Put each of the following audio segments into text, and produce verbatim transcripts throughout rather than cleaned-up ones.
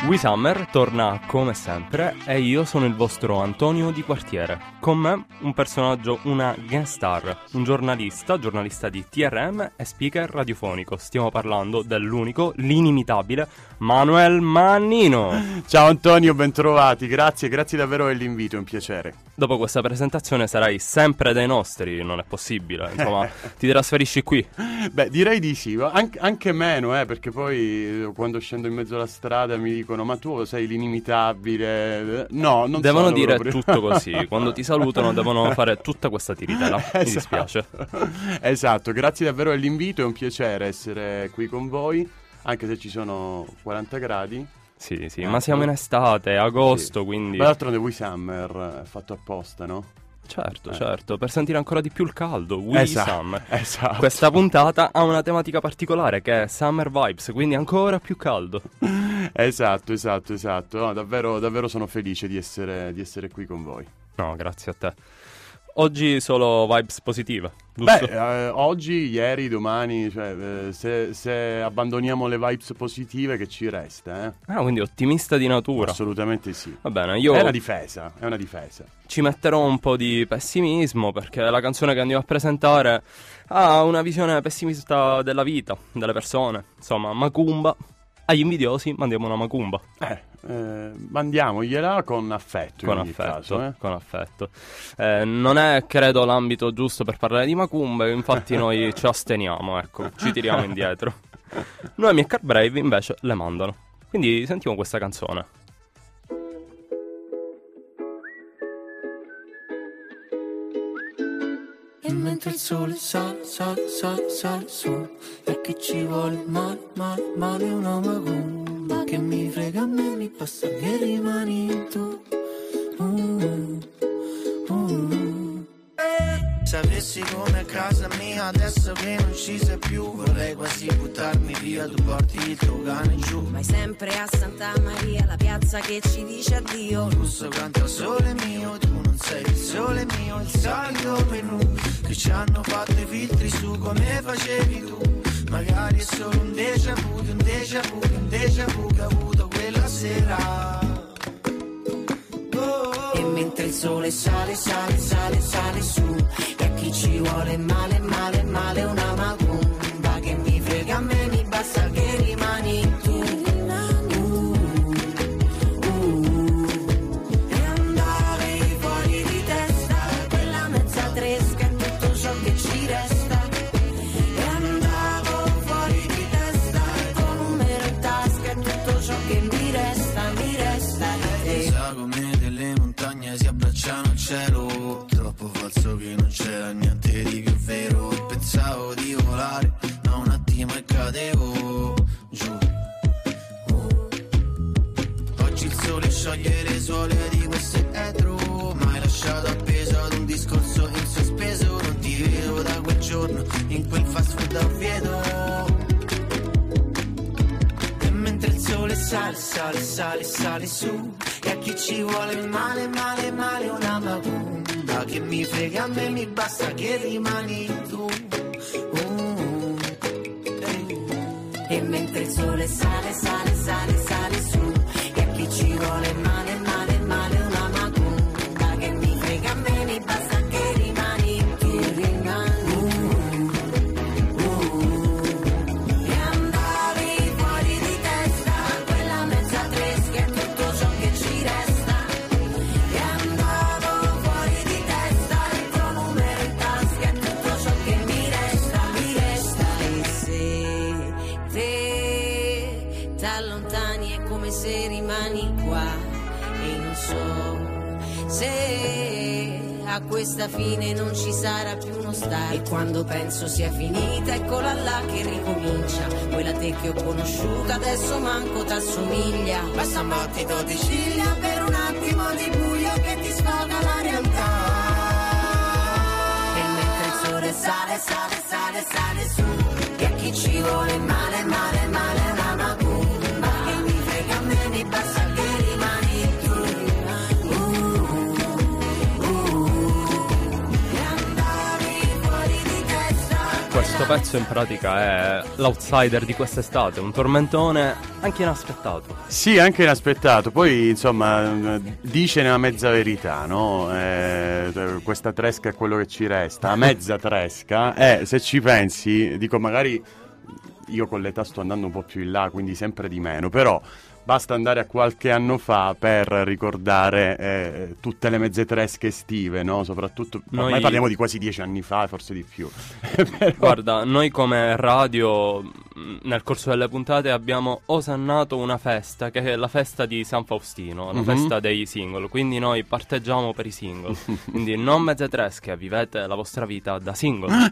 We Summer torna come sempre e io sono il vostro Antonio Di Quartiere. Con me un personaggio, una guest star, un giornalista, giornalista di T R M e speaker radiofonico. Stiamo parlando dell'unico, l'inimitabile Manuel Mannino. Ciao Antonio, bentrovati, grazie, grazie davvero dell'invito, è un piacere. Dopo questa presentazione sarai sempre dei nostri, non è possibile, insomma, ti trasferisci qui? Beh, direi di sì, anche, anche meno, eh, perché poi quando scendo in mezzo alla strada mi dicono ma tu sei l'inimitabile. No, non devono sono dire proprio. Tutto così, quando ti salutano devono fare tutta questa tiritella, Esatto. mi dispiace. Esatto, grazie davvero dell'invito, è un piacere essere qui con voi, anche se ci sono quaranta gradi. Sì, sì, ma siamo in estate, agosto, sì. quindi... Ma d'altronde We Summer è fatto apposta, no? Certo, eh. certo, per sentire ancora di più il caldo, We esatto, Summer. Esatto. Questa puntata ha una tematica particolare che è Summer Vibes, quindi ancora più caldo. Esatto, esatto, esatto. No, davvero, davvero sono felice di essere, di essere qui con voi. No, grazie a te. Oggi solo vibes positive, giusto? Beh, eh, oggi, ieri, domani, cioè, eh, se, se abbandoniamo le vibes positive che ci resta, eh? Ah, quindi ottimista di natura. Assolutamente sì. Va bene, io... È una difesa, è una difesa. Ci metterò un po' di pessimismo perché la canzone che andiamo a presentare ha una visione pessimista della vita, delle persone. Insomma, macumba. Agli invidiosi mandiamo una macumba. Eh, eh, mandiamogliela con affetto. Con in ogni affetto, caso, eh? con affetto. Eh, non è, credo, l'ambito giusto per parlare di macumbe, infatti noi ci asteniamo, ecco, ci tiriamo indietro. Noemi e Carbrave invece le mandano. Quindi sentiamo questa canzone. E mentre il sole sale, sale, sale, sale su, e che ci vuole male, male, male una macumba, che mi frega a me, mi basta che rimani tu. uh, uh. Sapessi come a casa mia adesso che non ci sei più, vorrei quasi buttarmi via, tu porti il tuo cane giù. Vai sempre a Santa Maria, la piazza che ci dice addio. Il russo canta il sole mio, tu non sei il sole mio, il solito menù che ci hanno fatto i filtri su come facevi tu. Magari è solo un déjà vu, un déjà vu, un déjà vu che ho avuto quella sera. E mentre il sole sale, sale, sale, sale su, e a chi ci vuole male, male, male una macumba, che mi frega a me, mi basta che rimani tu. uh, uh. E andavi fuori di testa, quella mezza tresca è tutto ciò che ci resta. E andavo fuori di testa, il tuo numero in tasca è tutto ciò che mi resta, mi resta di te. Sa come delle montagne si abbracciano al cielo, troppo falso che non c'era niente di più vero. E pensavo di volare, ma un attimo e cadevo giù. Oh. Oggi il sole scioglie le suole di questo etro, ma hai lasciato appeso ad un discorso in sospeso. Non ti vedo da quel giorno in quel fast food a Oviedo. E mentre il sole sale, sale, sale, sale su, e a chi ci vuole male, male, male una macumba, che mi frega a me, mi basta che rimani tu. uh, E mentre il sole sale, sale, sale, sale su, e a chi ci vuole male, male, male una macumba, che mi frega a me, mi basta che rimani tu, rimani tu. E andavi fuori di testa, quella mezza tresca è tutto ciò che ci resta. E andavo fuori di testa, il tuo numero in tasca è tutto ciò che mi resta, mi resta. E se te t'allontani è come se rimani qua, e non so se a questa fine non ci sarà più uno start. E quando penso sia finita, eccola là che ricomincia, quella te che ho conosciuta adesso manco t'assomiglia. Basta un battito di ciglia per un attimo di buio che ti sfoga la realtà. E mentre il sole sale, sale, sale, sale su, e a chi ci vuole male, male, male una macumba, che mi frega a me, mi basta che rimani tu. Uh, uh, uh. E andavi fuori di testa. questo pezzo in pratica è l'outsider di quest'estate, un tormentone anche inaspettato. Sì, anche inaspettato. Poi, insomma, dice una mezza verità, no? Eh, questa tresca è quello che ci resta. La mezza tresca, eh, se ci pensi, dico magari io con l'età sto andando un po' più in là, quindi sempre di meno, però basta andare a qualche anno fa per ricordare eh, tutte le mezze tresche estive, no? Soprattutto, Noi... ormai parliamo di quasi dieci anni fa, forse di più. Però... Guarda, noi come radio nel corso delle puntate abbiamo osannato una festa, che è la festa di San Faustino, la mm-hmm. festa dei single, quindi noi parteggiamo per i single, quindi non mezze tresche, vivete la vostra vita da single.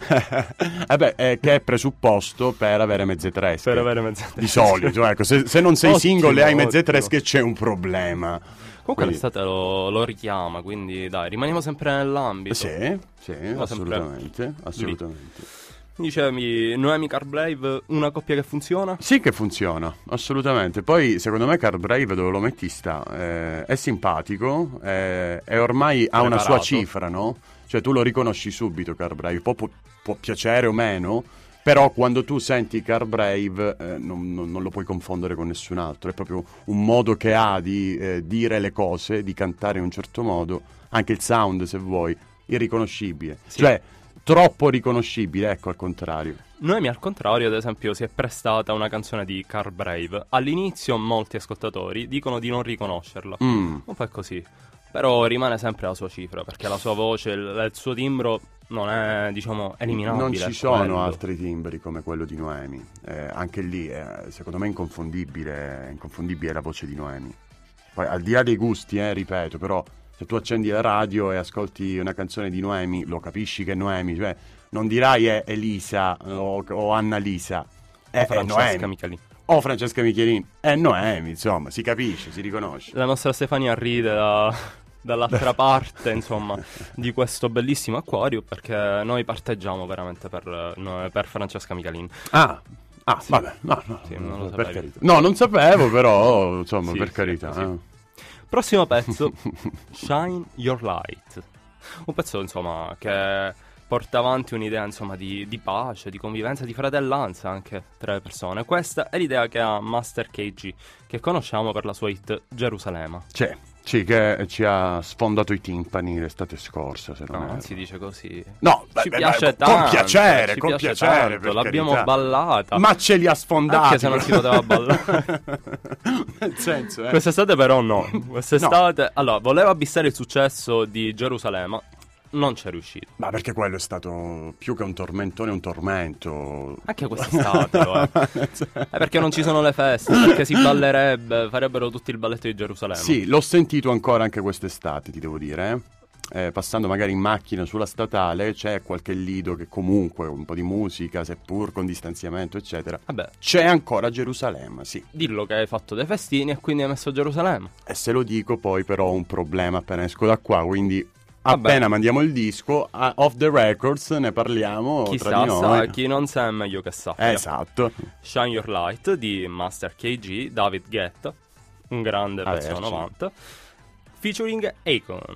eh beh, eh, che è presupposto per avere mezze tresche. Per avere mezze tresche. Di solito, ecco, se, se non sei Ottimo, single e hai mezze ottimo. tresche c'è un problema. Comunque Quindi... l'estate lo, lo richiama, quindi dai, rimaniamo sempre nell'ambito. Sì, sì, Ma assolutamente, assolutamente. Dicevi, Noemi Carbrave, una coppia che funziona? Sì che funziona, assolutamente. Poi secondo me Carbrave dove lo metti sta, eh, è simpatico eh, e ormai ha una sua cifra, no? Cioè tu lo riconosci subito Carbrave, può, può, può piacere o meno, però quando tu senti Carbrave eh, non, non, non lo puoi confondere con nessun altro, è proprio un modo che ha di eh, dire le cose, di cantare in un certo modo, anche il sound se vuoi, irriconoscibile. Sì. Cioè troppo riconoscibile, ecco, al contrario. Noemi al contrario, ad esempio, si è prestata a una canzone di Carbrave. All'inizio molti ascoltatori dicono di non riconoscerla. Mm. Un po' è così. Però rimane sempre la sua cifra, perché la sua voce, il, il suo timbro non è, diciamo, eliminabile. Non ci ecco, sono quello. altri timbri come quello di Noemi. Eh, anche lì, eh, secondo me, è inconfondibile, è inconfondibile la voce di Noemi. Poi, al di là dei gusti, eh, ripeto, però... Se tu accendi la radio e ascolti una canzone di Noemi, lo capisci che è Noemi, cioè non dirai è Elisa o, o Anna Lisa, è, O Francesca è Noemi. Michelin. O Francesca Michelin, è Noemi, insomma, si capisce, si riconosce. La nostra Stefania ride da, dall'altra parte, insomma, di questo bellissimo acquario, perché noi parteggiamo veramente per, no, per Francesca Michelin. Ah, ah Sì. vabbè, no, no, Sì, non lo per sapevi. carità. No, non sapevo, però, insomma, Sì, per sì, carità. sì. eh. Prossimo pezzo, Shine Your Light. Un pezzo, insomma, che porta avanti un'idea, insomma, di, di pace, di convivenza, di fratellanza anche tra le persone. Questa è l'idea che ha Master K G, che conosciamo per la sua hit Gerusalemme. C'è, sì, che ci ha sfondato i timpani l'estate scorsa, se non No, erro. non si dice così. No, ci beh, piace beh, tanto. con piacere, ci con piace piacere, tanto, per l'abbiamo carità. ballata. Ma ce li ha sfondati. Anche se non si poteva ballare. Nel senso, eh. Quest'estate però no. Quest'estate, allora, voleva abissare il successo di Gerusalemme, non c'è riuscito. Ma perché quello è stato più che un tormentone, un tormento. Anche quest'estate lo è. È perché non ci sono le feste, perché si ballerebbe, farebbero tutti il balletto di Gerusalemme. Sì, l'ho sentito ancora anche quest'estate, ti devo dire, eh. Eh, passando magari in macchina sulla statale c'è qualche lido che comunque un po' di musica, seppur con distanziamento eccetera, Vabbè, c'è ancora Gerusalemme, sì. dillo che hai fatto dei festini e quindi hai messo Gerusalemme. E se lo dico poi però ho un problema appena esco da qua, quindi Vabbè. appena mandiamo il disco a- off the records ne parliamo Chi tra sa, di noi. sa, chi non sa è meglio che sappia. Esatto. Shine Your Light di Master K G, David Guetta, un grande pezzo Averci. novanta, featuring Akon.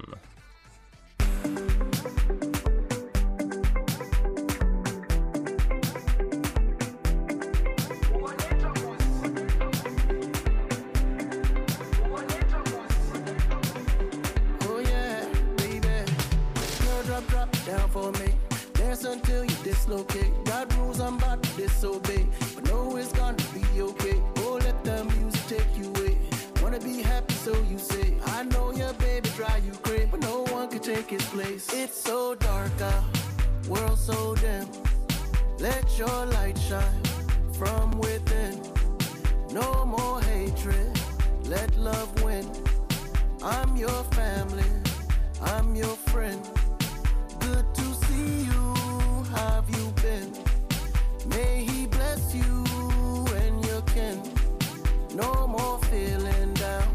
Oh yeah, baby. Girl, drop, drop down for me. Dance until you dislocate. Got rules I'm about to disobey, but know it's gonna be okay. Oh, let the music take you away. Wanna be happy, so you say. I know your baby drive you crazy, but no one can take his place. It's so dark out, world so dim. Let your light shine from within. No more hatred, let love win. I'm your family, I'm your friend. Good to see you, how have you been? May he bless you and your kin. No more feeling down.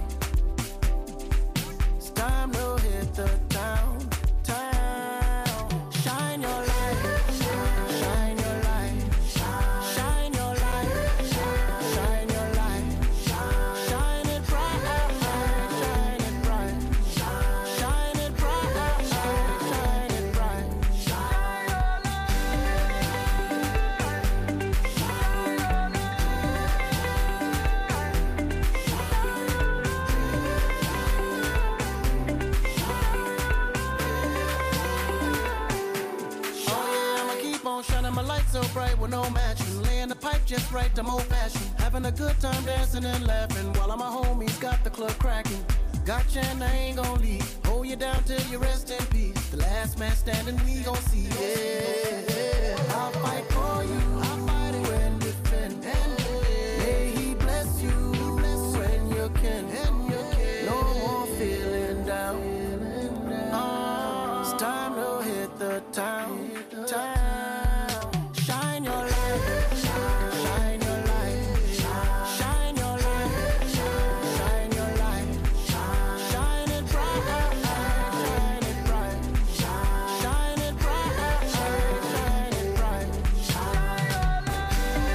It's time to hit the town, town. Shine your light, shine your light, shine your light, shine your light, shine it bright, shine it bright. with no matching. Laying the pipe just right, I'm old fashioned. Having a good time dancing and laughing while all my homies got the club cracking. Gotcha and I ain't gon' leave. Hold you down till you rest in peace. The last man standing, we gon' see. Yeah, yeah. I'll fight for you. I'll fight it when defend. May he bless you when you can. No more feeling down. Uh, it's time to hit the town. Town. Shine your light. Shine your light. Shine your light. Shine your light. Shine it bright. Shine it bright. Shine it bright. Shine it bright. Shine your light.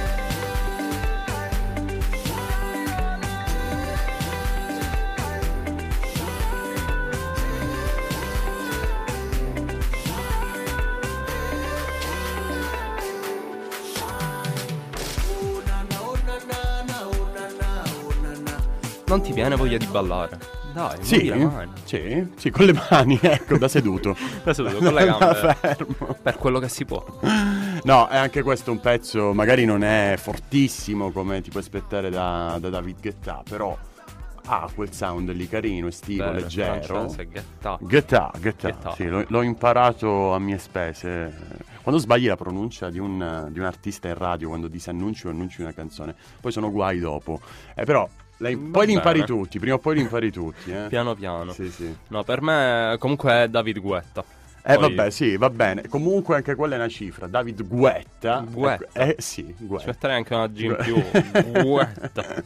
Oh na na, oh na na na, oh na na, oh na na. Non ti viene voglia di ballare? Dai, Sì, muovi la mano. sì, sì, con le mani, ecco, da seduto. Da seduto, con le gambe. Da fermo. Per quello che si può. No, e anche questo un pezzo, magari non è fortissimo come ti puoi aspettare da, da David Guetta, però ha quel sound lì carino, estivo, Bene, leggero. francese, Guetta. Guetta, Guetta, Guetta. sì, l'ho, l'ho imparato a mie spese. Quando sbagli la pronuncia di un, di un artista in radio, quando disannunci o annunci una canzone, poi sono guai dopo. Eh, però, lei, poi li impari bene. tutti, prima o poi li impari tutti, eh. Piano piano. Sì, sì. No, per me comunque è David Guetta. Eh Poi- vabbè, sì, va bene. Comunque anche quella è una cifra. David Guetta. Guetta. Ecco, eh sì, Ci Guetta. metterei anche una G in più. Guetta.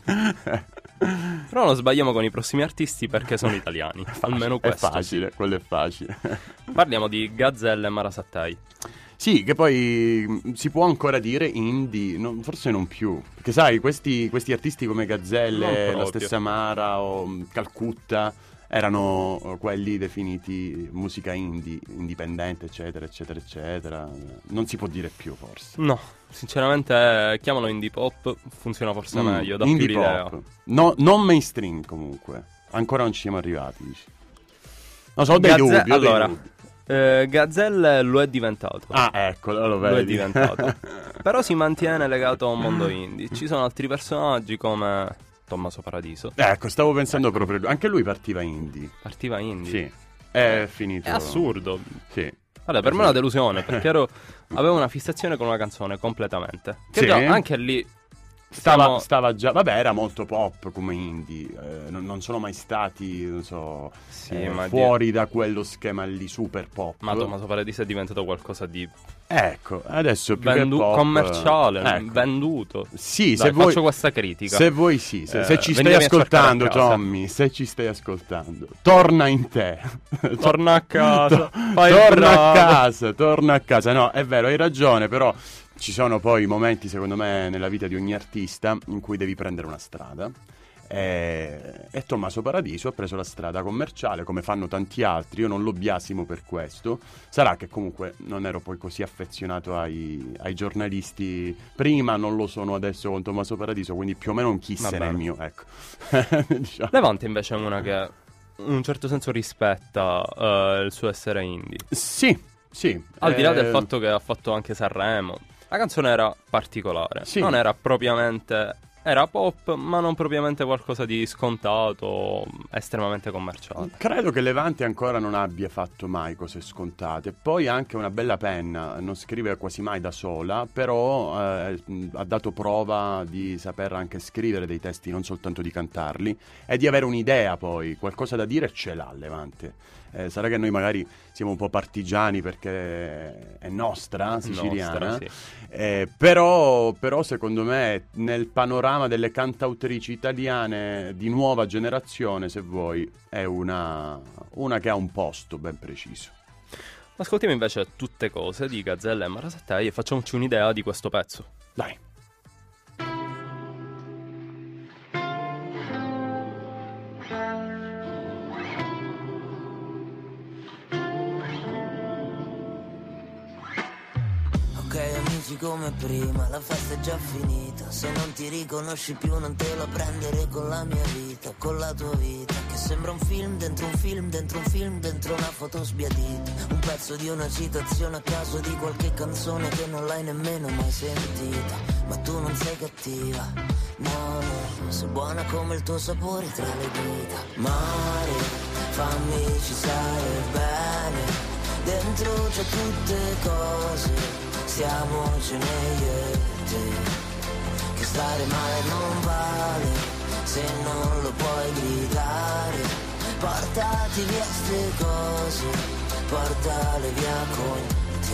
Però non sbagliamo con i prossimi artisti perché sono italiani. Almeno È questo. facile, quello è facile. Sì. Parliamo di Gazzelle e Marasattei. Sì, che poi mh, si può ancora dire indie, non- forse non più. Perché sai, questi, questi artisti come Non Gazzelle, la proprio. stessa Mara o mh, Calcutta erano eh, quelli definiti musica indie, indipendente, eccetera, eccetera, eccetera. Non si può dire più, forse. No, sinceramente, eh, chiamalo indie pop, funziona forse Mm, meglio, dà indie più l'idea. pop. No, non mainstream comunque. Ancora non ci siamo arrivati, dici. Non so, ho dei Gazze- dubbi, ho dei allora, dubbi. eh, Gazzelle lo è diventato. Ah, ecco, lo Lo vedi. è diventato. Però si mantiene legato a un mondo indie. Ci sono altri personaggi come Tommaso Paradiso. Ecco, stavo pensando proprio. Anche lui partiva indie. Partiva indie. Sì. È finito. È assurdo. Sì. Guarda, per me è una delusione perché ero, avevo una fissazione con una canzone completamente. Che Sì? già anche lì Stava, stiamo- stava già. Vabbè, era molto pop come indie. eh, non, non sono mai stati, non so. Sì, eh, ma di- fuori da quello schema lì super pop. Ma Tommaso Paradiso è diventato qualcosa di Ecco, adesso più vendu- che pop, commerciale, ecco. venduto. Sì, Dai, se vuoi. faccio questa critica. Se vuoi sì, se, Eh, se ci stai venimi a cercare ascoltando a casa. Tommy, se ci stai ascoltando, torna in te. Torna a casa, fai il torna a bravo. casa, torna a casa. No, è vero, hai ragione, però ci sono poi momenti, secondo me, nella vita di ogni artista in cui devi prendere una strada. E, e Tommaso Paradiso ha preso la strada commerciale, come fanno tanti altri. Io non lo biasimo per questo. Sarà che comunque non ero poi così affezionato ai, ai giornalisti prima, non lo sono adesso con Tommaso Paradiso, quindi più o meno un chi Va se bene. n'è mio, ecco. Diciamo. Levante invece è una che in un certo senso rispetta eh, il suo essere indie. Sì, sì. Al di là eh, del fatto che ha fatto anche Sanremo, la canzone era particolare. Sì. Non era propriamente... Era pop, ma non propriamente qualcosa di scontato, estremamente commerciale. Credo che Levante ancora non abbia fatto mai cose scontate. Poi ha anche una bella penna, non scrive quasi mai da sola, però eh, ha dato prova di saper anche scrivere dei testi, non soltanto di cantarli, e di avere un'idea poi, qualcosa da dire ce l'ha Levante. Eh, sarà che noi magari siamo un po' partigiani perché è nostra, siciliana, Nostra, sì. eh, però, però secondo me nel panorama delle cantautrici italiane di nuova generazione, se vuoi, è una, una che ha un posto ben preciso. Ascoltiamo invece Tutte cose di Gazzelle e Marasattei e facciamoci un'idea di questo pezzo. Dai. Ok amici amici come prima, la festa è già finita. Se non ti riconosci più non te la prendere con la mia vita, con la tua vita, che sembra un film dentro un film, dentro un film, dentro una foto sbiadita. Un pezzo di una citazione a caso di qualche canzone che non l'hai nemmeno mai sentita. Ma tu non sei cattiva, no, no, sei buona come il tuo sapore tra le dita. Mare, fammi ci stare bene, dentro c'è tutte cose, stiamocene io e te. Che stare male non vale, se non lo puoi gridare. Portati via ste cose, portale via con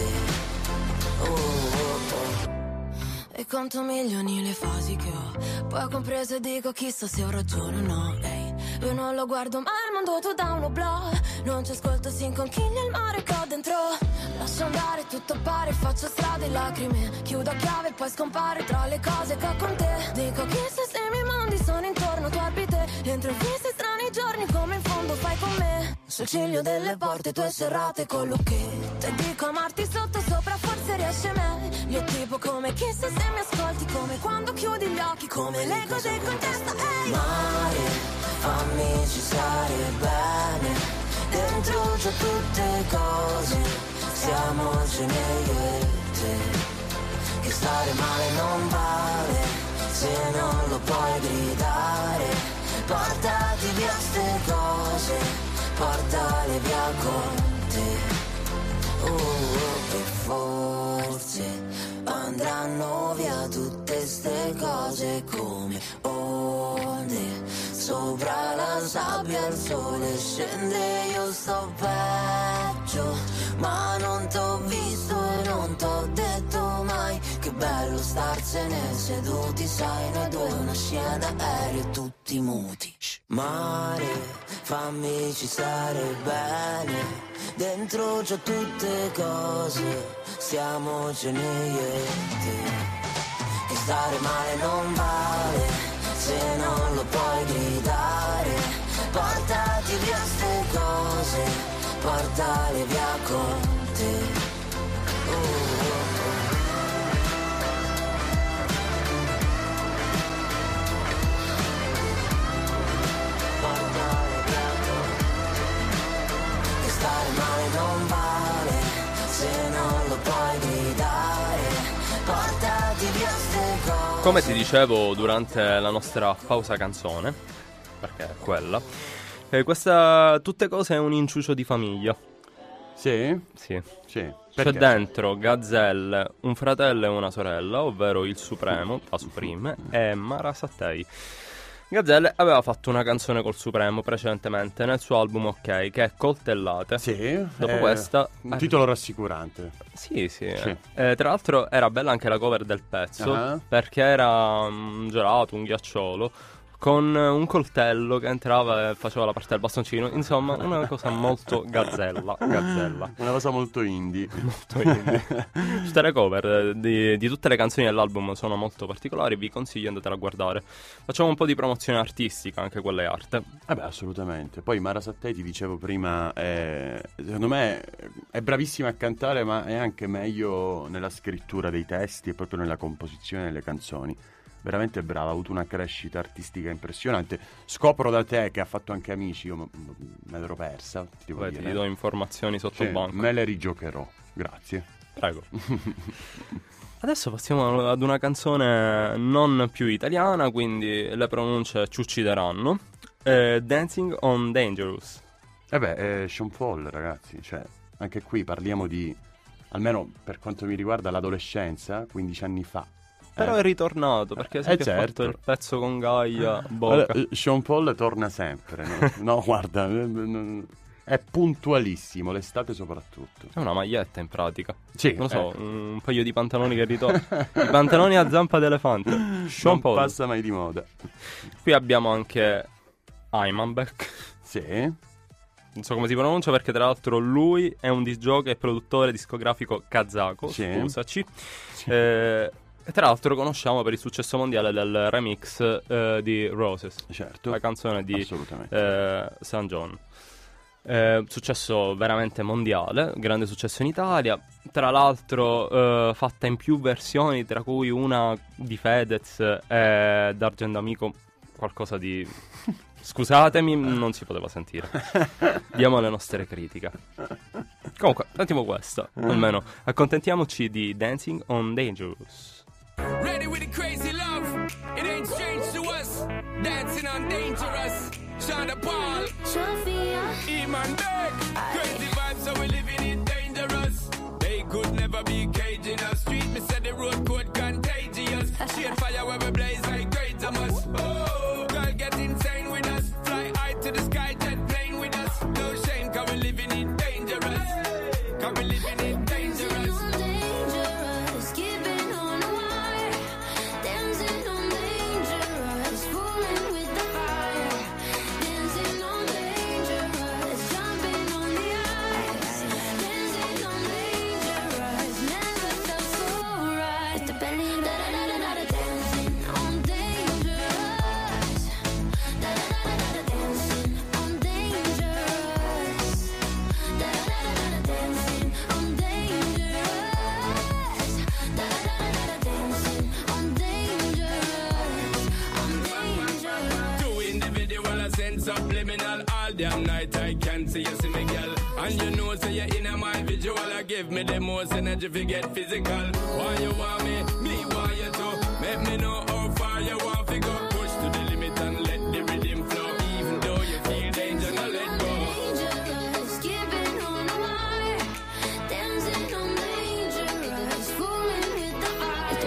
te. Oh, oh, oh. E conto milioni le fasi che ho, poi ho compreso e dico chissà se ho ragione o no. Ehi, io non lo guardo mai il mondo tu da uno blog, non ci ascolto, si inconchiglia il mare che ho dentro. Lascio andare, tutto appare, faccio strade e lacrime, chiudo a chiave e poi scompare tra le cose che ho con te. Dico chissà se i miei mondi sono intorno, tu orbite, entro in fissi strani giorni come in fondo fai con me. Sul ciglio delle porte tue serrate con l'occhetto, e dico amarti sotto sopra forse riesce meglio. Tipo come chissà se mi ascolti, come quando chiudi gli occhi, come le cose con testa. Ehi, mare, fammi ci stare bene, dentro c'è tutte cose, stiamocene io e te. Che stare male non vale, se non lo puoi gridare. Portati via ste cose, portale via con te. Oh, oh, e forse andranno via tutte ste cose come onde sopra la sabbia, il sole scende, io sto peggio, ma non t'ho visto e non t'ho detto mai che bello starsene seduti, sai, noi due una scena d'aereo tutti muti. Shh. Mare, fammi ci stare bene, dentro c'ho tutte cose, stiamocene io e te. Che stare male non vale, se non lo puoi gridare. Portati via ste cose, portale via con te. Oh, oh, oh. Portale via con te. Che stare male non vale, se non lo puoi gridare. Portati via ste cose. Come ti dicevo durante la nostra pausa canzone, perché è quella, eh, questa tutte cose è un inciucio di famiglia. Sì? Sì. Sì. C'è Perché? dentro Gazzelle, un fratello e una sorella, ovvero il Supremo, la Supreme, e Mara Sattei. Gazzelle aveva fatto una canzone col Supremo precedentemente nel suo album Ok, che è Coltellate. Sì. Dopo eh, questa... Un titolo rassicurante. Sì, sì. Sì. Eh, tra l'altro era bella anche la cover del pezzo, uh-huh. perché era un gelato, un ghiacciolo, con un coltello che entrava e faceva la parte del bastoncino. Insomma, una cosa molto gazzella. Gazzella. Una cosa molto indie. Molto indie. Tutte le cover di, di tutte le canzoni dell'album sono molto particolari, vi consiglio di andatela a guardare. Facciamo un po' di promozione artistica, anche quella è arte. Eh beh, assolutamente. Poi Mara Sattei, ti dicevo prima, è, secondo me è bravissima a cantare, ma è anche meglio nella scrittura dei testi e proprio nella composizione delle canzoni. Veramente brava, ha avuto una crescita artistica impressionante. Scopro da te che ha fatto anche Amici, io m- me l'ero persa, ti devo Beh, dire. ti do informazioni sotto Sì, banco. me le rigiocherò, grazie. Prego. Adesso passiamo ad una canzone non più italiana, quindi le pronunce ci uccideranno. Eh, Dancing on Dangerous. Eh beh, è Sean Paul, ragazzi, cioè, anche qui parliamo di, almeno per quanto mi riguarda, l'adolescenza, quindici anni fa. Però eh. è ritornato, perché Eh, sempre certo. ha fatto il pezzo con Gaia, Boca. Allora, eh, Sean Paul torna sempre, no, no guarda, eh, è puntualissimo, l'estate soprattutto. È una maglietta in pratica. Sì, Non lo so, ecco. un paio di pantaloni che ritorna. I pantaloni a zampa d'elefante. Sean Non Paul. passa mai di moda. Qui abbiamo anche Imanbek. Sì. Non so come si pronuncia, perché tra l'altro lui è un disc jockey e produttore discografico kazako, Sì. scusaci. Eh, e tra l'altro lo conosciamo per il successo mondiale del remix eh, di Roses, Certo. la canzone di Assolutamente. eh, San John. Eh, successo veramente mondiale, grande successo in Italia, tra l'altro eh, fatta in più versioni, tra cui una di Fedez e D'Argent Amico, qualcosa di... Scusatemi, non si poteva sentire. Diamo le nostre critiche. Comunque, sentiamo questa, almeno accontentiamoci di Dancing on Dangerous. Ready with the crazy love, it ain't strange to us. Dancing on Dangerous, Shonda Paul, Sophia, Iman Beck. Crazy vibes, so we living it dangerous. They could never be caging us. Street, me said the road code contagious. Shade fire where we blaze like great to us. Oh, girl get insane with us. Fly high to the sky, jet plane with us. No shame, cause we living it dangerous. Cause we living it dangerous. on dangerous, keeping on the wire, dancing on dangerous, fooling with the fire, dancing on dangerous, jumping on the ice, dancing on dangerous, never felt so right. The belly da da da da da dancing on dangerous, da da da da da dancing on dangerous, da da da da dancing on dangerous, da da da da dancing on dangerous, on dangerous. Doing the video while I send subliminal. All damn night I can't see you see me, girl. And you know, say you're in my visual. I give me the most energy if you get physical. Why you want me? Me want you to. Make me know how far you want to go. Push to the limit and let the rhythm flow. Even though you feel danger, now let go. Dangerous, keeping on the wire, dancing on dangerous, fooling with the fire,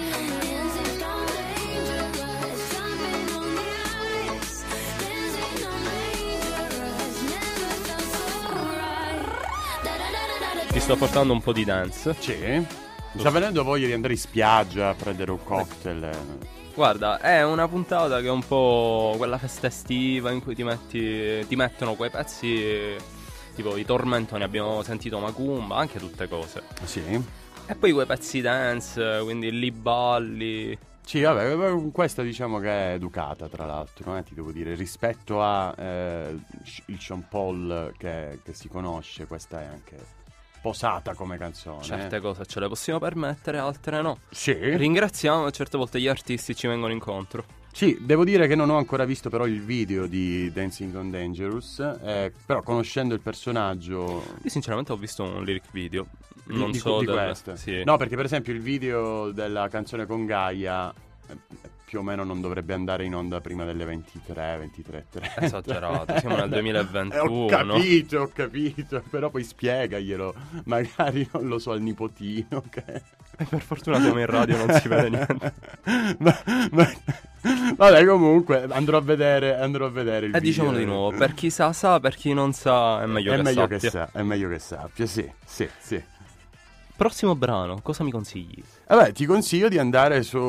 dancing on dangerous, jumping on the ice, dancing on dangerous, never felt so right. Da da da da da da. Ti sto portando un po' di dance. Sì. Mi sta venendo voglia di andare in spiaggia a prendere un cocktail. eh. Guarda, è una puntata che è un po' quella festa estiva in cui ti metti, ti mettono quei pezzi tipo i tormentoni, abbiamo sentito Macumba, anche tutte cose. Sì. E poi quei pezzi dance, quindi lì balli. Sì, vabbè, questa diciamo che è educata, tra l'altro, eh, ti devo dire, rispetto a eh, il Sean Paul che, che si conosce, questa è anche posata come canzone. Certe eh. cose ce le possiamo permettere, altre no. Sì. Ringraziamo, certe volte gli artisti ci vengono incontro. Sì, devo dire che non ho ancora visto però il video di Dancing on Dangerous, eh, però conoscendo il personaggio... Io sinceramente ho visto un lyric video, di- non di, so di del- questo. sì. No, perché per esempio il video della canzone con Gaia eh, più o meno non dovrebbe andare in onda prima delle ventitré, ventitré e trenta. Esagerato, siamo nel duemilaventuno. Eh, ho capito, ho capito, però poi spiegaglielo, magari non lo so al nipotino che... E per fortuna siamo in radio, non si vede niente. ma, ma- vabbè, comunque andrò a vedere, andrò a vedere il E video. diciamolo di nuovo, per chi sa sa, per chi non sa è meglio è che meglio sappia. che sa, è meglio che sappia, sì, sì, sì. Prossimo brano, cosa mi consigli? Vabbè, ti consiglio di andare su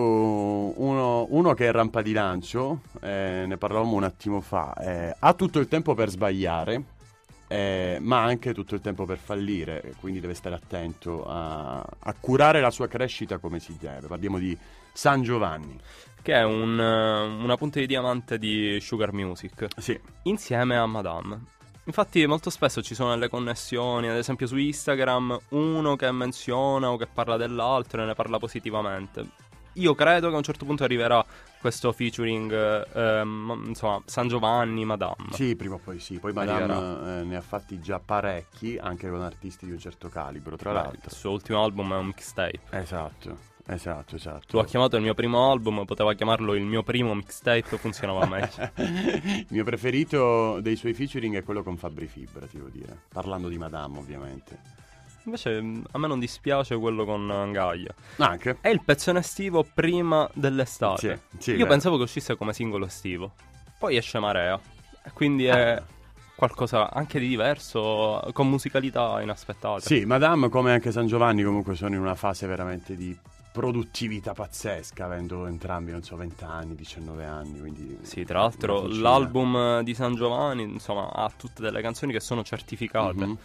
uno, uno che è Rampa di Lancio, eh, ne parlavamo un attimo fa, eh, ha tutto il tempo per sbagliare, eh, ma anche tutto il tempo per fallire, quindi deve stare attento a, a curare la sua crescita come si deve. Parliamo di San Giovanni. Che è un, eh, una punta di diamante di Sugar Music, Sì, insieme a Madame. Infatti molto spesso ci sono delle connessioni, ad esempio su Instagram, uno che menziona o che parla dell'altro e ne parla positivamente. Io credo che a un certo punto arriverà questo featuring, eh, ehm, insomma, San Giovanni, Madame. sì, prima o poi sì. Poi Madame eh, ne ha fatti già parecchi, anche con artisti di un certo calibro, tra Beh, l'altro. il suo ultimo album è un mixtape. Esatto, esatto, esatto. Lo ha chiamato il mio primo album, poteva chiamarlo il mio primo mixtape, funzionava meglio. Il mio preferito dei suoi featuring è quello con Fabri Fibra, ti devo dire. Parlando di Madame, ovviamente. Invece mh, a me non dispiace quello con Gaia. Anche. È il pezzone estivo prima dell'estate. Sì, sì, Io beh. pensavo che uscisse come singolo estivo. Poi esce Marea. E quindi è Ah. qualcosa anche di diverso, con musicalità inaspettate. Sì, Madame, come anche San Giovanni, comunque sono in una fase veramente di produttività pazzesca, avendo entrambi, non so, venti anni, diciannove anni, quindi... Sì, tra l'altro una fucina. l'album di San Giovanni, insomma, ha tutte delle canzoni che sono certificate. Mhm.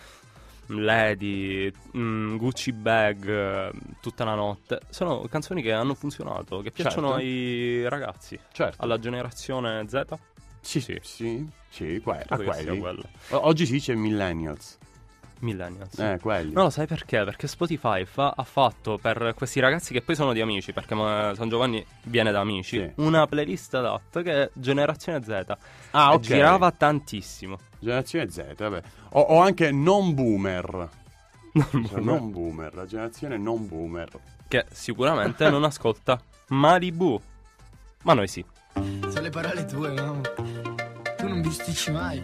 Lady, mm, Gucci Bag, eh, Tutta la notte. Sono canzoni che hanno funzionato, che piacciono Certo. ai ragazzi, Certo. alla generazione Z. Sì, Sì. sì, sì, que- a Credo che sia quelli. quello. O- oggi si dice millennials. Millennials. Eh, quelli. No, lo sai perché? Perché Spotify fa- ha fatto per questi ragazzi che poi sono di Amici, perché ma, San Giovanni viene da Amici, Sì. una playlist adatta che è Generazione Z. Ah, E ok. girava tantissimo. Generazione Z, vabbè. O, o anche non boomer. Non Cioè, boomer. non boomer, la generazione non boomer. Che sicuramente non ascolta Malibu. Ma noi sì. Sono le parole tue, no? Tu non bisticci mai.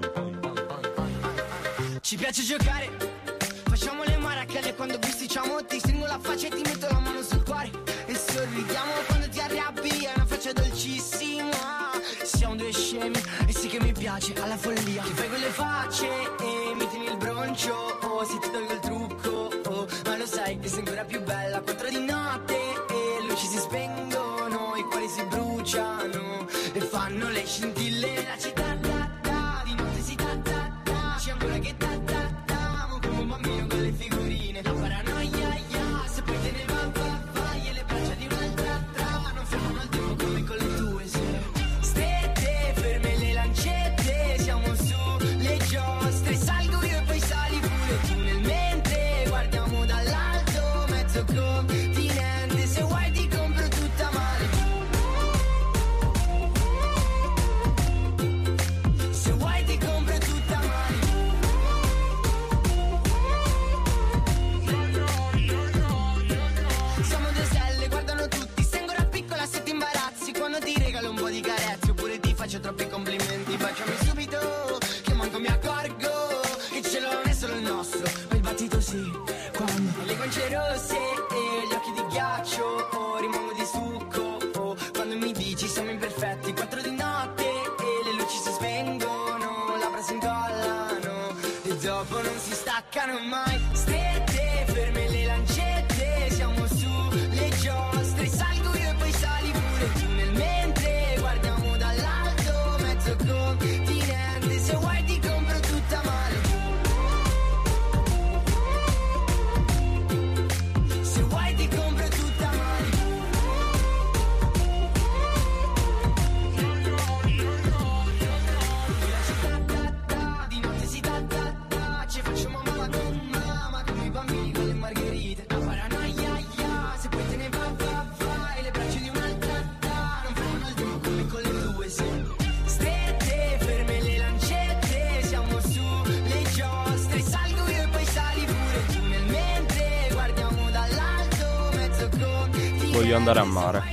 Ci piace giocare, facciamo le maracelle quando bisticciamo. Ti stringo la faccia e ti metto la mano sul cuore. E sorridiamo quando ti arrabbi, è una faccia dolcissima. Siamo due scemi, e sì che mi piace, alla follia. Ti fai quelle facce e mi tieni il broncio. Oh, se ti tolgo il trucco, oh, ma lo sai che sei ancora più bella. Quattro di notte e luci si spengono, i cuori si bruciano e fanno le scintille. La città da da, di notte si da da da. C'è ancora che da da da, mo come un bambino con le figurine. La paranoia, ya, se poi te ne va, va, vai. E le braccia di un'altra tra, non fermano il tempo come con le tue, se. Stette, ferme le lancette, siamo su le giostre. Salgo io e poi sali pure tu nel mentre guardiamo dall'alto, mezzo continente. Se vuoi ti compro tutta male. Se vuoi ti compro tutta male. Siamo due stelle, guardano tutti. Sei ancora piccola se ti imbarazzi quando ti regalo un po' di carezze, oppure ti faccio troppi complimenti. Baciami subito, che manco mi accorgo che il cielo non è solo il nostro, ma il battito sì. Quando hai le guance rosse e gli occhi di ghiaccio, oh, rimango di succo, oh, quando mi dici siamo imperfetti. Quattro di notte e le luci si spengono, labbra si incollano e dopo non si staccano mai. Strette, ferme le lancette, siamo su le giostre. Salgo io e poi sali pure tu nel mentre guardiamo dall'alto, mezzo continente. Se vuoi ti compro tutta male. Se vuoi ti compro tutta male. La città da da, di notte si da da da. Ci facciamo mamma con mamma, come i bambini con le margherite. La paranoia, ya, se poi te ne va, va, vai. Le braccia di un'altra da, non fermano il tempo come con le tue, se. Strette, ferme le lancette, siamo su le giostre. Salgo io e poi sali pure tu nel mentre guardiamo dall'alto, mezzo continente. Voglio andare a mare.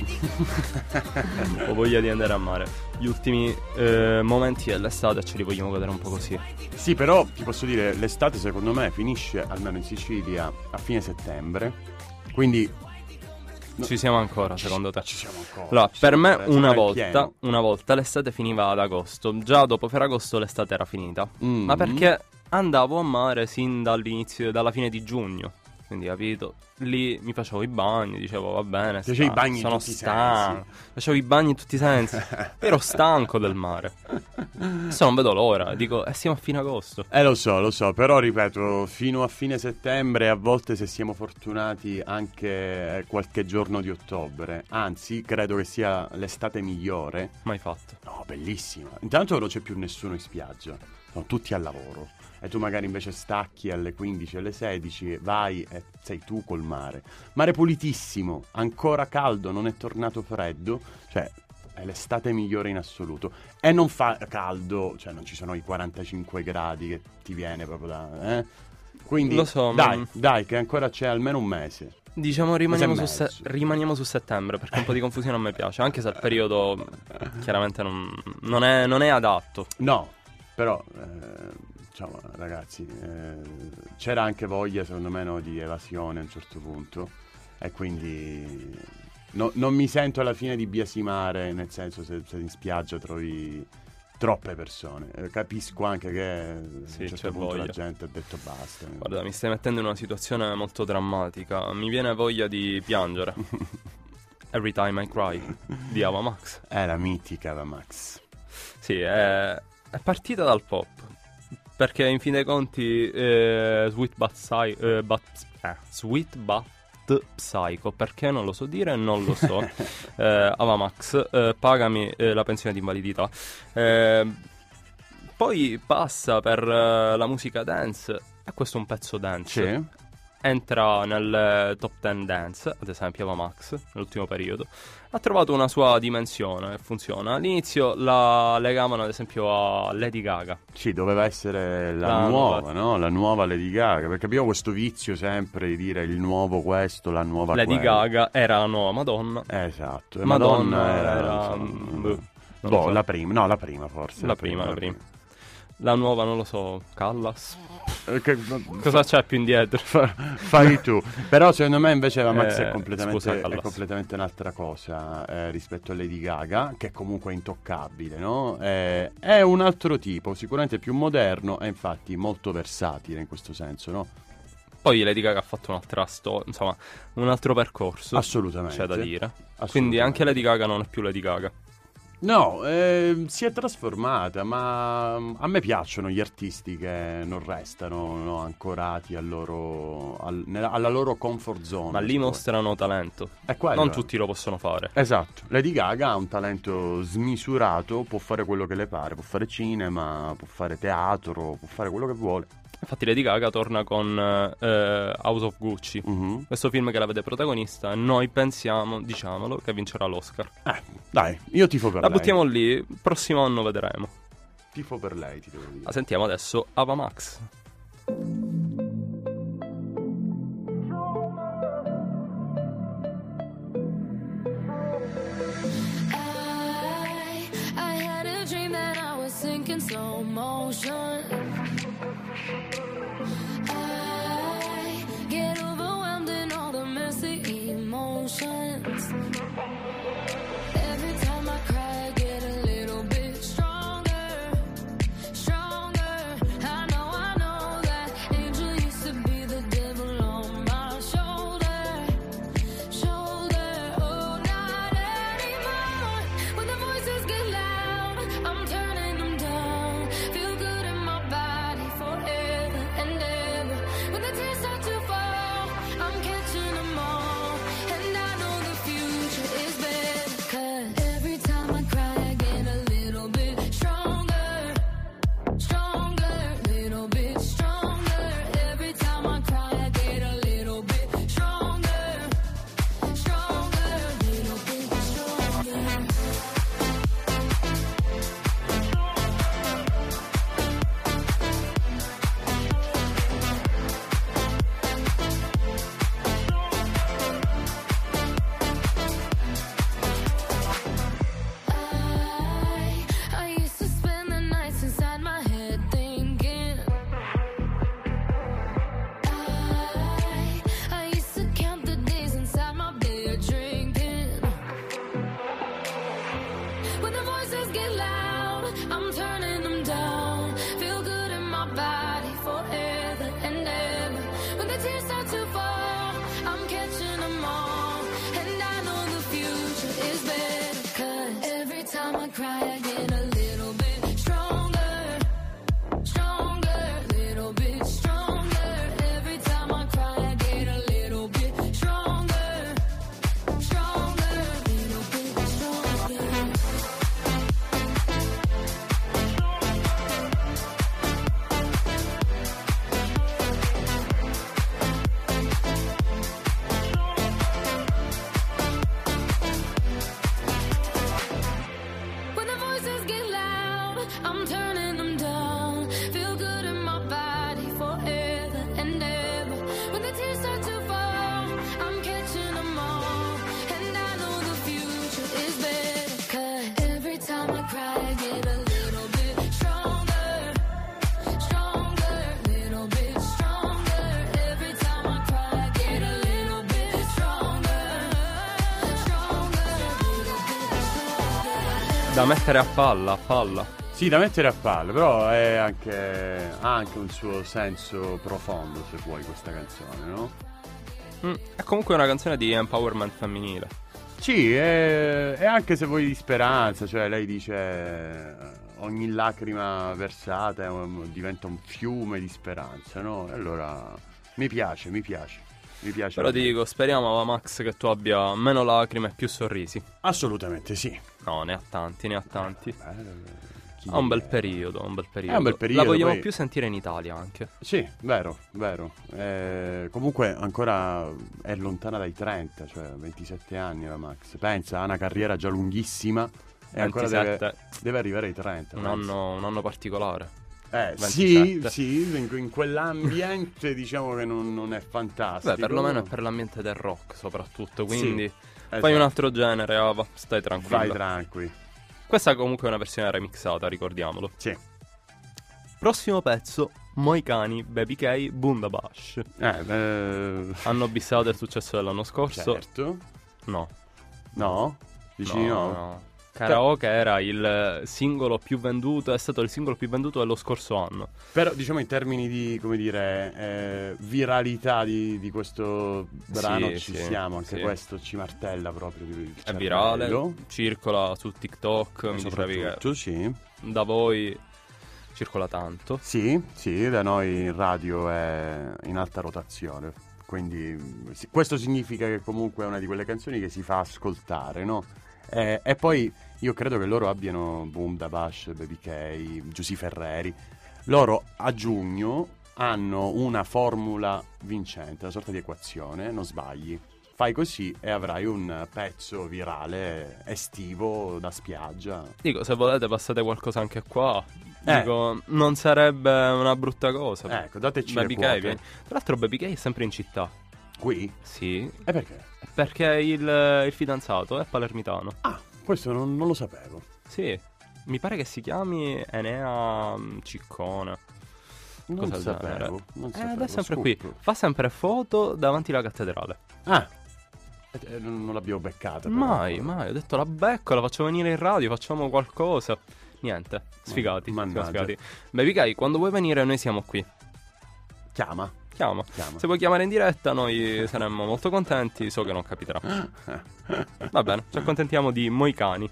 Ho voglia di andare a mare. Gli ultimi eh, momenti dell'estate ce li vogliamo godere un po' così. Sì, però ti posso dire, l'estate secondo me finisce, almeno in Sicilia, a fine settembre. Quindi no, Ci siamo ancora, secondo te? ci siamo ancora. Allora, ci per siamo me ancora, siamo una nel volta, pieno. una volta l'estate finiva ad agosto. Già dopo Ferragosto l'estate era finita. Mm. Ma perché andavo a mare sin dall'inizio, dalla fine di giugno. Quindi, capito? Lì mi facevo i bagni, dicevo va bene, Facevi sta- i bagni in sono tutti i stanco. Facevo i bagni in tutti i sensi. Ero stanco del mare. Adesso non vedo l'ora, dico, eh siamo a fine agosto. Eh lo so, lo so, però ripeto, fino a fine settembre, a volte se siamo fortunati anche eh, qualche giorno di ottobre. Anzi, credo che sia l'estate migliore. Mai fatto. No, bellissima. Intanto non c'è più nessuno in spiaggia, sono tutti al lavoro. E tu magari invece stacchi alle quindici, alle sedici, vai e sei tu col mare. Mare pulitissimo, ancora caldo, non è tornato freddo, cioè è l'estate migliore in assoluto. E non fa caldo, cioè non ci sono i quarantacinque gradi che ti viene proprio da... Eh? Quindi Lo so, dai, ma- dai che ancora c'è almeno un mese. Diciamo rimaniamo su, Mese e se- mezzo. rimaniamo su settembre, perché un po' di confusione a me piace, anche se il periodo chiaramente non, non è, non è adatto. No, però, eh, diciamo, ragazzi, eh, c'era anche voglia, secondo me, no, di evasione a un certo punto. E quindi no- non mi sento alla fine di biasimare, nel senso, se, se in spiaggia trovi troppe persone. Eh, capisco anche che Sì, a un certo c'è punto la voglia. gente ha detto basta. Guarda, mi stai mettendo in una situazione molto drammatica. Mi viene voglia di piangere. Every Time I Cry di Ava Max. È la mitica Ava Max. Sì, è, è partita dal pop. Perché in fin dei conti eh, Sweet But, Si- eh, but eh, Sweet But Fat Psycho, perché non lo so dire, non lo so. eh, Avamax, eh, pagami eh, la pensione di invalidità. Eh, poi passa per eh, la musica dance, e questo è un pezzo dance. Sì. Entra nel top dieci dance, ad esempio Avamax, nell'ultimo periodo. Ha trovato una sua dimensione e funziona. All'inizio la legavano ad esempio a Lady Gaga. Sì, doveva essere la, La nuova, nuova. no? La nuova Lady Gaga, perché abbiamo questo vizio sempre di dire il nuovo questo, la nuova Lady quella. Gaga era la nuova Madonna. Esatto. E Madonna, Madonna era, era, non so, boh, non boh, lo so. la prima, no, la prima forse. La prima, la prima. La nuova non lo so, Callas. Eh, che- Cosa c'è più indietro? Fa- fai tu. Però secondo me invece la Max Eh, è, completamente, scusa, è Callas. completamente un'altra cosa eh, rispetto a Lady Gaga, che è comunque intoccabile, no? Eh, è un altro tipo, sicuramente più moderno e infatti molto versatile in questo senso, no? Poi Lady Gaga ha fatto un'altra storia, insomma, un altro percorso. Assolutamente. C'è da dire. Assolutamente. Quindi anche Lady Gaga non è più Lady Gaga. No, eh, si è trasformata, ma a me piacciono gli artisti che non restano, no, ancorati al loro, al- nella- alla loro comfort zone. Ma lì mostrano talento. È quello, Non eh. tutti lo possono fare. Esatto, Lady Gaga ha un talento smisurato, può fare quello che le pare, può fare cinema, può fare teatro, può fare quello che vuole. Infatti Lady Gaga torna con eh, House of Gucci. Mhm. Questo film che la vede protagonista. Noi pensiamo, diciamolo, che vincerà l'Oscar. Eh, dai, io tifo per La lei. buttiamo lì, prossimo anno vedremo. Tifo per lei, ti devo dire. La sentiamo adesso Avamax. I, I had a dream that I was sinking slow motion. I get overwhelmed in all the messy emotions. Every time I cry, I get a little bit stronger, stronger. I know, I know that angel used to be the devil on my shoulder, shoulder. Oh, not anymore. When the voices get loud, I'm turning them down. Feel good in my body forever and ever. When the tears start to fall, I'm catching them all. And I know the future is better. 'Cause every time I cry, I get a little bit stronger, stronger, little bit stronger. Every time I cry, I get a little bit stronger, stronger, little bit stronger. I, I used to spend the nights inside my head thinking. I, I used to count the days inside my bed drinking. When the voices get loud, I'm turning them down. Feel good in my body forever and ever. When the tears start to fall, I'm catching them all. And I know the future is better. 'Cause every time I cry, I get a little bit stronger, stronger, little bit stronger. Every time I cry, I get a little bit stronger, stronger, little bit stronger. When the voices get loud, I'm turning them down. Feel good in my body forever and ever. When the tears start to fall, I'm catching them all. And I know the future is better. 'Cause every time I cry, I get a little bit stronger, stronger, little bit stronger. Every time I cry, I get a little bit stronger, stronger, little bit stronger. Da mettere a palla, a palla. Sì, da mettere a palla, però è anche, ha anche un suo senso profondo, se vuoi, questa canzone, no? Mm, è comunque una canzone di empowerment femminile. Sì, e, e anche se vuoi di speranza, cioè lei dice eh, ogni lacrima versata è un- diventa un fiume di speranza, no? E allora mi piace, mi piace. mi piace. Però ti dico, speriamo, Max, che tu abbia meno lacrime e più sorrisi. Assolutamente sì. No, ne ha tanti, ne ha tanti. Eh, Ha un bel periodo, un bel periodo. È un bel periodo, La vogliamo poi- più sentire in Italia anche. Sì, vero, vero. Eh, comunque ancora è lontana dai trenta, cioè ventisette anni la Max. Pensa, ha una carriera già lunghissima e ancora deve, ventisette. deve arrivare ai trenta. Un pensa. anno, un anno particolare. Eh, sì, ventisette. sì, in, in quell'ambiente diciamo che non, non è fantastico. Beh, perlomeno è per l'ambiente del rock soprattutto, quindi Sì, fai esatto. un altro genere, Ava, stai tranquillo. Vai tranqui. Questa comunque è una versione remixata, ricordiamolo. Sì. Prossimo pezzo, Moicani, Baby K, Bundabash. Eh, beh, Hanno bissato il successo dell'anno scorso? certo. No. No? Dici di no? no. Karaoke era il singolo più venduto, è stato il singolo più venduto dello scorso anno. Però diciamo in termini di, come dire, eh, viralità di, di questo brano Sì, ci sì, siamo, anche sì. questo ci martella proprio. Il È cervello. virale, circola su TikTok, E mi dicevi che soprattutto, sì. da voi circola tanto. Sì, sì, da noi in radio è in alta rotazione. Quindi sì, questo significa che comunque è una di quelle canzoni che si fa ascoltare, no? Eh, e poi io credo che loro abbiano Bundabash, Baby K, Giusy Ferreri. Loro a giugno hanno una formula vincente, una sorta di equazione, non sbagli. Fai così e avrai un pezzo virale estivo da spiaggia. Dico, se volete passate qualcosa anche qua. Eh. Dico, non sarebbe una brutta cosa. Ecco, dateci Baby le K quote. vieni. Tra l'altro Baby K è sempre in città. Qui? Sì. E perché? Perché il, il fidanzato è palermitano. Ah, questo non, non lo sapevo. Sì. Mi pare che si chiami Enea mm, Ciccone. Non Cosa del sapevo. genere. Non Eh, sapevo. ed è sempre scoop. qui. Fa sempre foto davanti alla cattedrale. Ah, eh, non, non l'abbiamo beccata. però. Mai, mai. Ho detto la becco, la faccio venire in radio, facciamo qualcosa. Niente, sfigati. siamo mannaggia. sfigati. Baby K, quando vuoi venire noi siamo qui. Chiama. Chiama. Chiama. Se vuoi chiamare in diretta noi saremmo molto contenti, so che non capiterà. Va bene, ci accontentiamo di Moicani.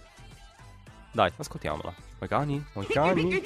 Dai, ascoltiamola. Moicani, Moicani.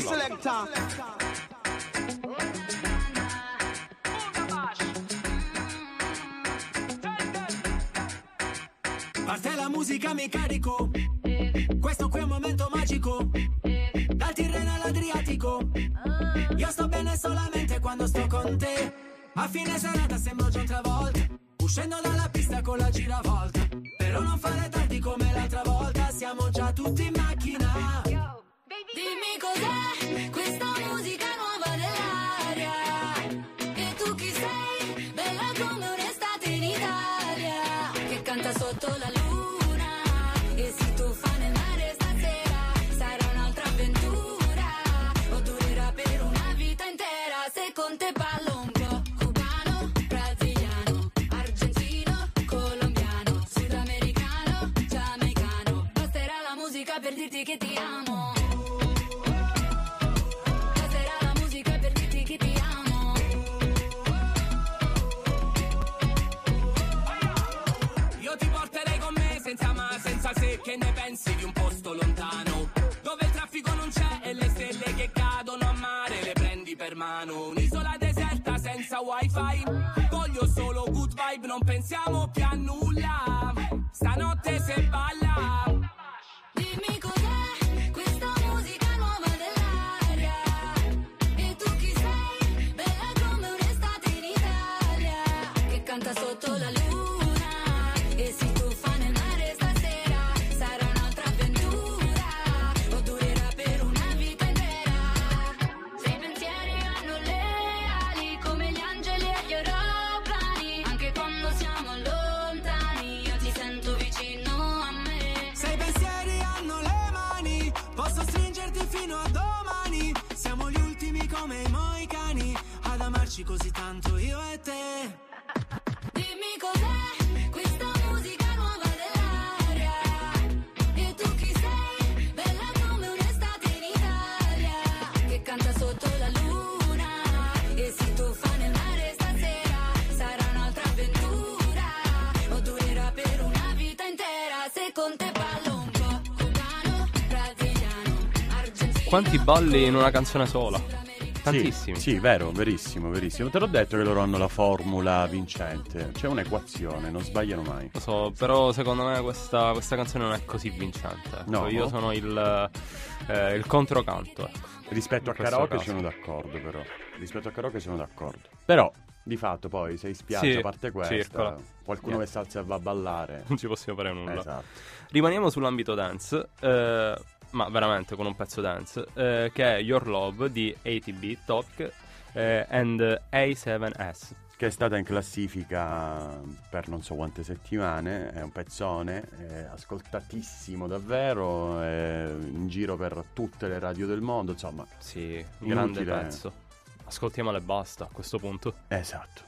Parte la musica, mi carico. Questo qui è un momento magico. Dal Tirreno all'Adriatico. Io sto bene solamente quando sto con te. A fine serata sembro John Travolta, uscendo dalla pista con la giravolta. Però non fare tardi come l'altra volta, siamo già tutti in macchina. Dimmi cos'è questa musica nuova nell'aria. E tu chi sei? Bella come un'estate in Italia. Che canta sotto la luna e si tuffa nel mare stasera. Sarà un'altra avventura o durerà per una vita intera. Se con te ballo un po'. Cubano, brasiliano, argentino, colombiano, sudamericano, giamaicano. Basterà la musica per dirti che ti amo. Basterà la musica per dirti che ti amo. Io ti porterei con me senza ma, senza se. Che ne pensi di un posto lontano, dove il traffico non c'è e le stelle che cadono a mare le prendi per mano. Un'isola deserta senza wifi, voglio solo good vibe, non pensiamo più a nulla. Stanotte se balla. Dimmi cos'è questa musica nuova nell'aria. E tu chi sei? Bella come un'estate in Italia. Che canta sotto la luna e si tuffa nel mare stasera. Sarà un'altra avventura o durerà per una vita intera. Se i pensieri hanno le ali come gli angeli e gli aeroplani. Anche quando siamo lontani io ti sento vicino a me. Se i pensieri hanno le mani, posso stringerti fino a domani. Siamo gli ultimi come i moicani ad amarci così tanto io e te. Dimmi cos'è questa musica nuova nell'aria. E tu chi sei? Bella come un'estate in Italia. Che canta sotto la luna e si tuffa nel mare stasera. Sarà un'altra avventura o durerà per una vita intera. Se con te ballo un po'. Cubano, brasiliano, argentino. Quanti balli in una canzone sola? Tantissimi. Sì, sì, vero, verissimo, verissimo. Te l'ho detto che loro hanno la formula vincente. C'è un'equazione, non sbagliano mai. Lo so, però secondo me questa, questa canzone non è così vincente. No. Io sono il, eh, il controcanto, ecco. Rispetto a In questo karaoke caso. sono d'accordo, però. Rispetto a karaoke sono d'accordo. Però, di fatto, poi, se in spiaggia, Sì, a parte questa, circola. qualcuno Yeah. che salza e va a ballare. Non ci possiamo fare nulla. Esatto. Rimaniamo sull'ambito dance, eh, ma veramente con un pezzo dance, eh, che è Your Love di A T B, Topic eh, and A sette S. Che è stata in classifica per non so quante settimane, è un pezzone, è ascoltatissimo davvero, è in giro per tutte le radio del mondo, insomma. Sì, grande inutile. pezzo. Ascoltiamolo e basta a questo punto. Esatto.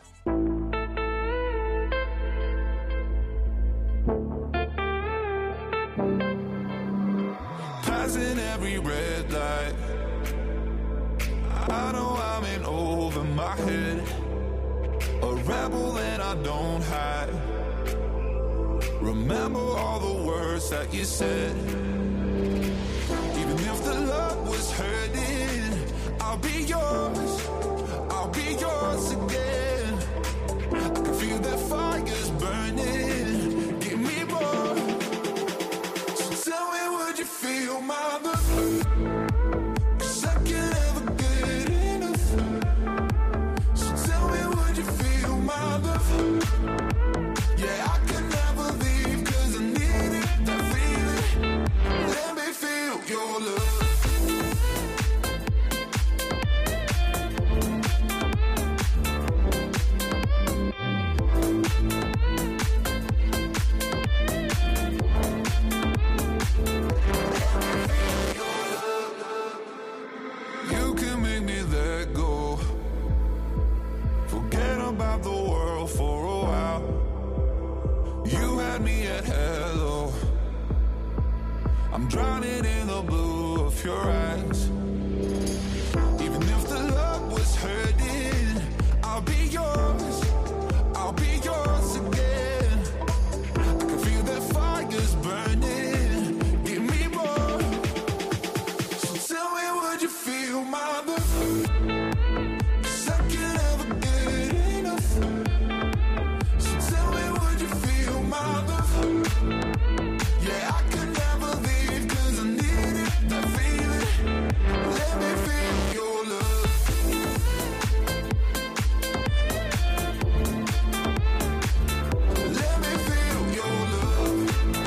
Passing every red light, I know I'm in over my head, a rebel and I don't hide. Remember all the words that you said. Even if the love was hurting, I'll be yours, I'll be yours again. I can feel that fire's burning, give me more. So tell me, would you feel my love? 'Cause I can't ever get enough. So tell me, would you feel my love? Yeah, I can never leave 'cause I need it, that feeling. Let me feel your love. You can make me let go. Forget about the world for a while. You had me at hello. I'm drowning in the blue of your eyes. Even if the love was hurting, I'll be yours, I'll be yours again. I can feel that fire's burning, give me more. So tell me, would you feel my love? 'Cause I can't ever get enough. So tell me, would you feel my love? Yeah, I can never leave 'cause I need it, that feeling. Let me feel your love. Let me feel your love.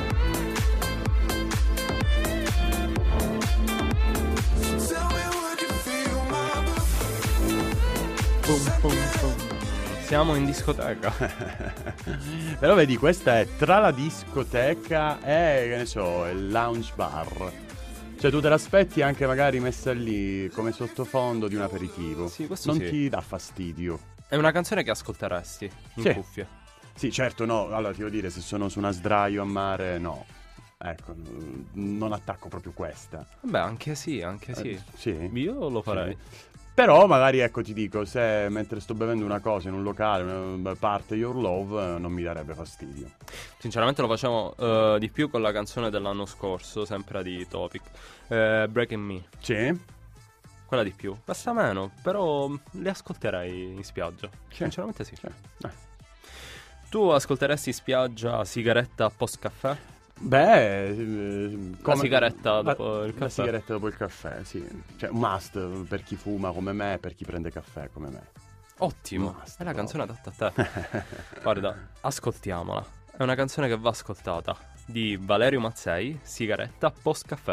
So tell me, would you feel my love? Pum, pum, pum. Siamo in discoteca. Però vedi, questa è tra la discoteca e, che ne so, il lounge bar. Cioè tu te l'aspetti anche magari messa lì come sottofondo di un aperitivo. Sì, questo non sì. ti dà fastidio. È una canzone che ascolteresti in Sì. cuffia. Sì, certo, no. Allora ti devo dire, se sono su una sdraio a mare, no. Ecco, n- non attacco proprio questa. Beh, anche sì, anche sì. Eh, sì. Io lo farei. Sì. Però magari, ecco, ti dico, se mentre sto bevendo una cosa in un locale, una parte Your Love, eh, non mi darebbe fastidio. Sinceramente lo facciamo eh, di più con la canzone dell'anno scorso, sempre di Topic, eh, Breaking Me. Sì? Quella di più. Basta meno, però le ascolterei in spiaggia. Sinceramente sì. Sì. Eh. Tu ascolteresti in spiaggia sigaretta post caffè? Beh, eh, La sigaretta la- dopo il La caffè. sigaretta dopo il caffè, sì. Cioè, un must per chi fuma come me e per chi prende caffè come me. Ottimo, Must, è la no. canzone adatta a te. Guarda, ascoltiamola. È una canzone che va ascoltata. Di Valerio Mazzei, sigaretta post caffè.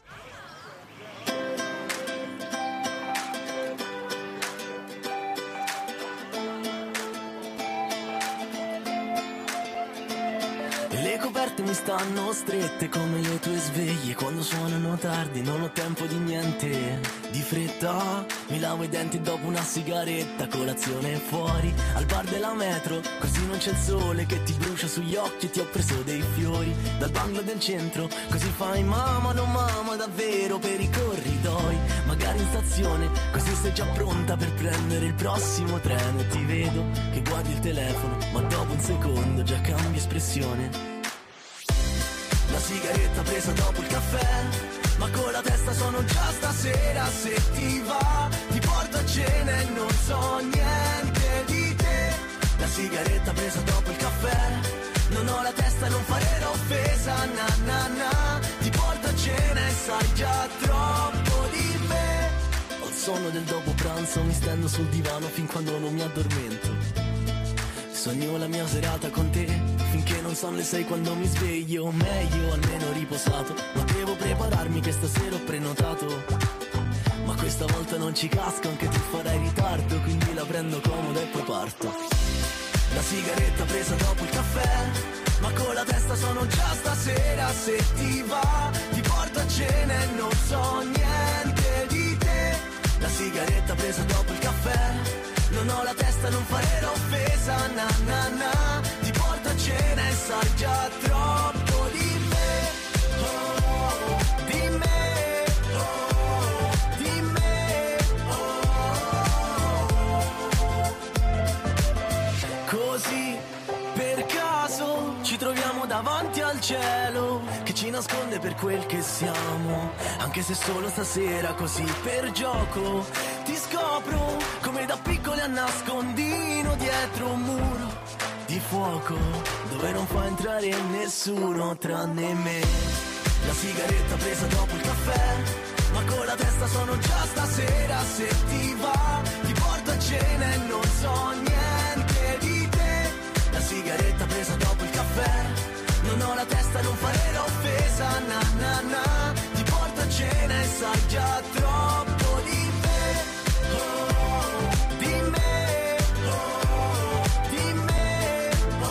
Le coperte mi stanno strette come le tue sveglie. Quando suonano tardi non ho tempo di niente. Di fretta mi lavo i denti dopo una sigaretta. Colazione fuori al bar della metro, così non c'è il sole che ti brucia sugli occhi. Ti ho preso dei fiori dal banglo del centro, così fai mamma non mamma davvero per i corridoi. Magari in stazione, così sei già pronta per prendere il prossimo treno. E ti vedo che guardi il telefono, ma dopo un secondo già cambi espressione. La sigaretta presa dopo il caffè, ma con la testa sono già stasera. Se ti va ti porto a cena e non so niente di te. La sigaretta presa dopo il caffè, non ho la testa e non fare l'offesa. Na na na, ti porto a cena e sai già troppo di me. Ho il sonno del dopo pranzo, mi stendo sul divano fin quando non mi addormento. Sogno la mia serata con te, finché non sono le sei quando mi sveglio. Meglio almeno riposato, ma devo prepararmi che stasera ho prenotato. Ma questa volta non ci casco, anche tu farai ritardo, quindi la prendo comoda e poi parto. La sigaretta presa dopo il caffè, ma con la testa sono già stasera. Se ti va ti porto a cena e non so niente di te. La sigaretta presa dopo il caffè, non ho la testa, non fare l'offesa. Na na na, ti porto a cena e sai già troppo di me. Oh, di me. Oh, di me. Oh. Così per caso ci troviamo davanti al cielo che ci nasconde per quel che siamo. Anche se solo stasera così per gioco ti scopro come da piccoli a nascondino dietro un muro di fuoco dove non fa entrare nessuno tranne me. La sigaretta presa dopo il caffè, ma con la testa sono già stasera. Se ti va ti porto a cena e non so niente di te. La sigaretta presa dopo il caffè, non ho la testa, non fare l'offesa. Na na na, ti porto a cena e sai già troppo di me. Oh, di me. Oh, di me.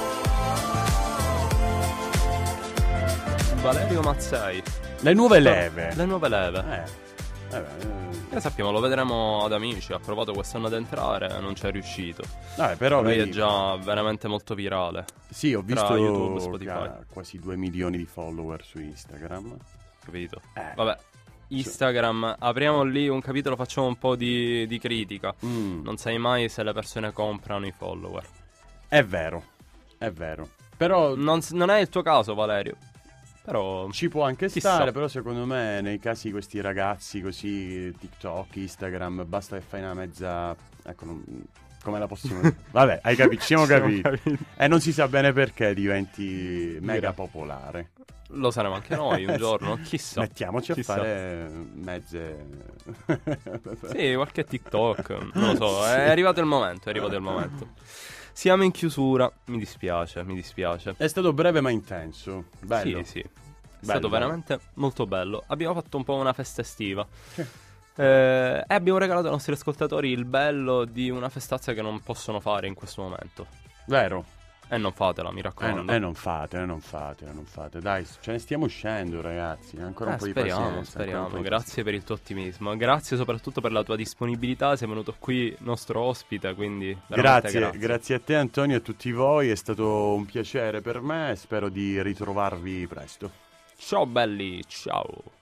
Oh. Valerio Mazzei. Le nuove leve. Le nuove leve. Eh. Eh, eh. Eh, sappiamo, lo vedremo ad Amici. Ha provato quest'anno ad entrare, non ci è riuscito. Vabbè, però lui vedi... è già veramente molto virale. Sì, ho visto YouTube, che Spotify. ha quasi due milioni di follower su Instagram. Capito? Eh. Vabbè, Instagram, apriamo lì un capitolo, facciamo un po' di, di critica. Mm. Non sai mai se le persone comprano i follower. È vero, è vero. Però non, non è il tuo caso, Valerio. Però ci può anche chissà. stare, però secondo me nei casi di questi ragazzi così, TikTok, Instagram, basta che fai una mezza... Ecco, non... come la possiamo... Vabbè, hai capito, ci siamo capiti. E eh, non si sa bene perché diventi mega popolare. Lo saremo anche noi un giorno, chissà. Mettiamoci chissà. a fare mezze... Sì, qualche TikTok, non lo so, è arrivato il momento, è arrivato il momento. Siamo in chiusura, mi dispiace, mi dispiace. È stato breve ma intenso, bello. Sì, sì, è bello, stato bello. veramente molto bello. Abbiamo fatto un po' una festa estiva. Eh, e abbiamo regalato ai nostri ascoltatori il bello di una festazza che non possono fare in questo momento. Vero. E non fatela, mi E raccomando. eh, no, eh, non fate, eh, non fate, eh, non fate. Dai, ce ne stiamo uscendo, ragazzi. Ancora Eh, un po' di speriamo, pazienza. ancora un speriamo. po' di Grazie per il tuo ottimismo. Grazie soprattutto per la tua disponibilità. Sei venuto qui nostro ospite, quindi veramente Grazie, grazie. grazie a te Antonio e a tutti voi, è stato un piacere per me e spero di ritrovarvi presto. Ciao belli, ciao.